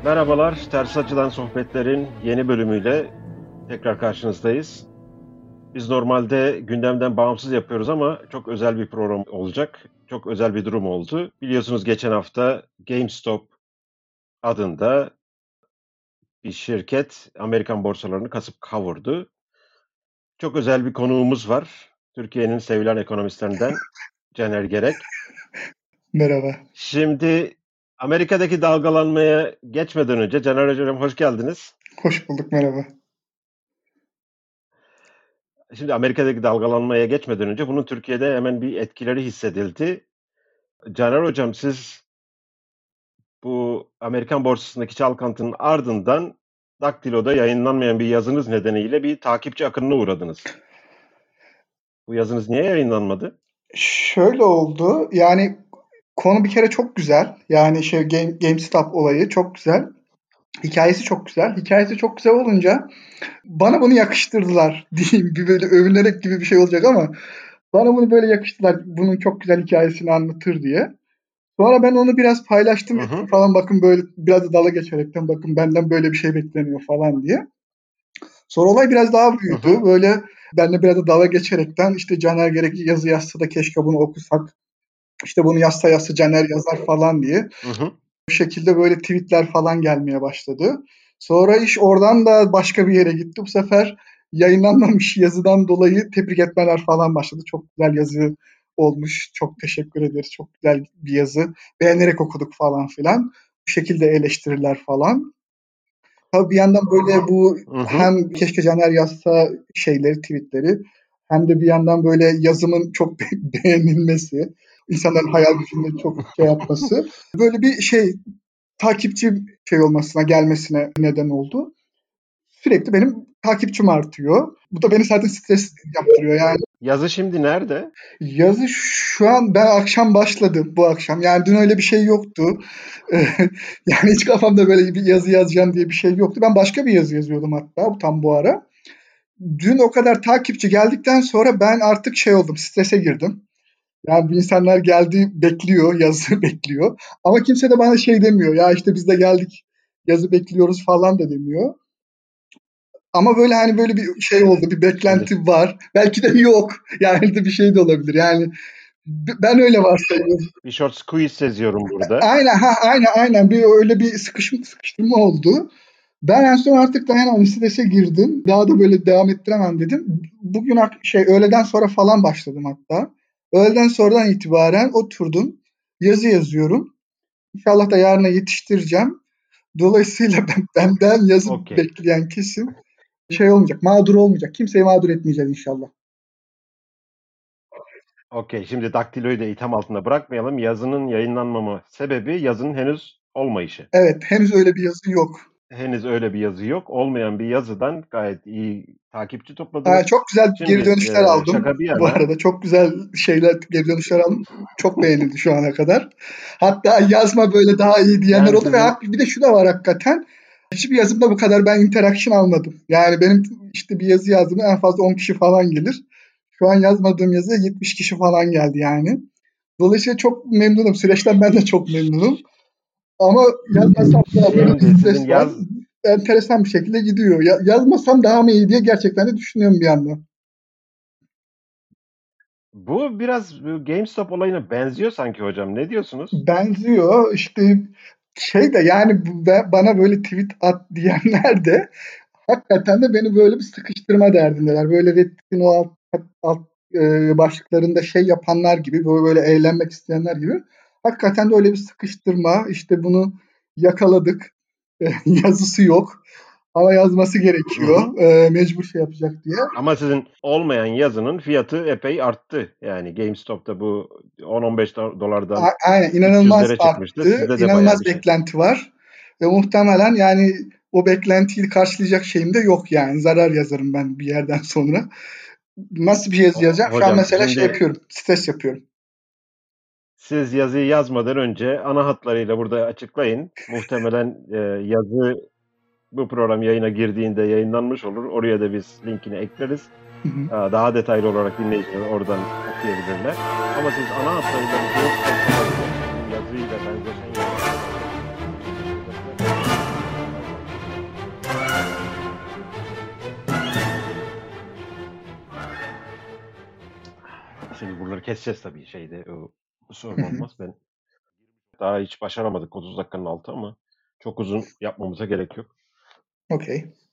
Merhabalar, Ters Açıdan Sohbetler'in yeni bölümüyle tekrar karşınızdayız. Biz normalde gündemden bağımsız yapıyoruz ama çok özel bir program olacak. Çok özel bir durum oldu. Biliyorsunuz geçen hafta GameStop adında bir şirket Amerikan borsalarını kasıp kavurdu. Çok özel bir konuğumuz var. Türkiye'nin sevilen ekonomistlerinden Caner Gerek. Merhaba. Şimdi Amerika'daki dalgalanmaya geçmeden önce Caner Hocam hoş geldiniz. Hoş bulduk, merhaba. Şimdi Amerika'daki dalgalanmaya geçmeden önce bunun Türkiye'de hemen bir etkileri hissedildi. Caner Hocam siz bu Amerikan borsasındaki çalkantının ardından Daktilo'da yayınlanmayan bir yazınız nedeniyle bir takipçi akınına uğradınız. Bu yazınız niye yayınlanmadı? Şöyle oldu, yani konu bir kere çok güzel. Yani GameStop olayı çok güzel. Hikayesi çok güzel. Hikayesi çok güzel olunca bana bunu yakıştırdılar diyeyim. Bir böyle övünerek gibi bir şey olacak ama bana bunu böyle yakıştırdılar. Bunun çok güzel hikayesini anlatır diye. Sonra ben onu biraz paylaştım Hı ettim hı, falan, bakın böyle biraz da dalga geçerekten, bakın benden böyle bir şey bekleniyor falan diye. Sonra olay biraz daha hı büyüdü. hı, Böyle benimle biraz da dalga geçerekten, işte Caner Gerek yazı yazsa da keşke bunu okusak. İşte bunu yazsa Caner yazar falan diye. hı hı. Bu şekilde böyle tweetler falan gelmeye başladı. Sonra iş oradan da başka bir yere gitti. Bu sefer yayınlanmamış yazıdan dolayı tebrik etmeler falan başladı. Çok güzel yazı olmuş. Çok teşekkür ederiz. Çok güzel bir yazı. Beğenerek okuduk falan filan. Bu şekilde eleştiriler falan. Tabii bir yandan böyle bu Hı hı. hem keşke Caner yazsa şeyleri, tweetleri, hem de bir yandan böyle yazımın çok beğenilmesi, insanların hayal gücünde çok şey yapması, böyle bir şey, takipçi şey olmasına, gelmesine neden oldu. Sürekli benim takipçim artıyor. Bu da beni zaten stres yaptırıyor yani. Yazı şimdi nerede? Yazı şu an ben akşam başladım, bu akşam. Yani dün öyle bir şey yoktu. Yani hiç kafamda böyle bir yazı yazacağım diye bir şey yoktu. Ben başka bir yazı yazıyordum hatta tam bu ara. Dün o kadar takipçi geldikten sonra ben artık şey oldum, strese girdim. Yani bu insanlar geldi, bekliyor, yazı bekliyor. Ama kimse de bana şey demiyor. Ya işte biz de geldik, yazı bekliyoruz falan da demiyor. Ama böyle hani böyle bir şey oldu, bir Şimdi beklenti var. Belki de yok. Yani de bir şey de olabilir. Yani ben öyle varsayıyorum. bir short squeeze seziyorum burada. Aynen bir öyle bir sıkıştırma oldu. Ben en son artık dayanamadım, strese girdim. Daha da böyle devam ettiremem dedim. Bugün öğleden sonra falan başladım hatta. Öğleden sonradan itibaren oturdum. Yazı yazıyorum. İnşallah da yarına yetiştireceğim. Dolayısıyla benden yazı Okey. bekleyen kesim şey olmayacak, mağdur olmayacak. Kimseyi mağdur etmeyeceğiz inşallah. Okey. Şimdi Daktilo'yu da itham altında bırakmayalım. Yazının yayınlanmama sebebi yazının henüz olmayışı. Evet, henüz öyle bir yazı yok. Henüz öyle bir yazı yok. Olmayan bir yazıdan gayet iyi takipçi topladınız. Çok güzel geri Şimdi dönüşler aldım. şaka bir Bu yana, arada çok güzel geri dönüşler aldım. Çok beğenildi şu ana kadar. Hatta yazma böyle daha iyi diyenler yani oldu ve sizin bir de şu da var hakikaten. Hiçbir yazımda bu kadar ben interaction almadım. Yani benim işte bir yazı yazdığımda en fazla 10 kişi falan gelir. Şu an yazmadığım yazıya 70 kişi falan geldi yani. Dolayısıyla çok memnunum. Süreçten ben de çok memnunum. Ama yazmasam da böyle bir şimdi sizin stres var. yaz Enteresan bir şekilde gidiyor. Yazmasam daha mı iyi diye gerçekten de düşünüyorum bir yandan. bu biraz bu GameStop olayına benziyor sanki hocam. Ne diyorsunuz? Benziyor. İşte şey de yani bana böyle tweet at diyenler de hakikaten de beni böyle bir sıkıştırma derdindeler. Böyle Reddit'in o alt başlıklarında şey yapanlar gibi, böyle eğlenmek isteyenler gibi. Hakikaten de öyle bir sıkıştırma. İşte bunu yakaladık. Yazısı yok. Ama yazması Hı hı. gerekiyor. Mecbur şey yapacak diye. Ama sizin olmayan yazının fiyatı epey arttı. Yani GameStop'ta bu 10-15 dolardan Aynen, inanılmaz 300'lere çıkmıştı. arttı. Sizde de bayağı İnanılmaz bir şey. beklenti var. Ve muhtemelen yani o beklentiyi karşılayacak şeyim de yok yani. Zarar yazarım ben bir yerden sonra. Nasıl bir yazı yazacağım? Şu an Hocam mesela şey şimdi yapıyorum. Stres yapıyorum. siz yazıyı yazmadan önce ana hatlarıyla burada açıklayın. Muhtemelen yazı bu program yayına girdiğinde yayınlanmış olur. Oraya da biz linkini ekleriz. Hı hı. Daha detaylı olarak dinleyiciler oradan okuyabilirler. Ama siz ana hatlarıyla bu yazıyla benzeşen yazılar Bunları keseceğiz tabii şeyde. O sorun olmaz. Daha hiç başaramadık 30 dakikanın altı ama çok uzun yapmamıza gerek yok. Okey.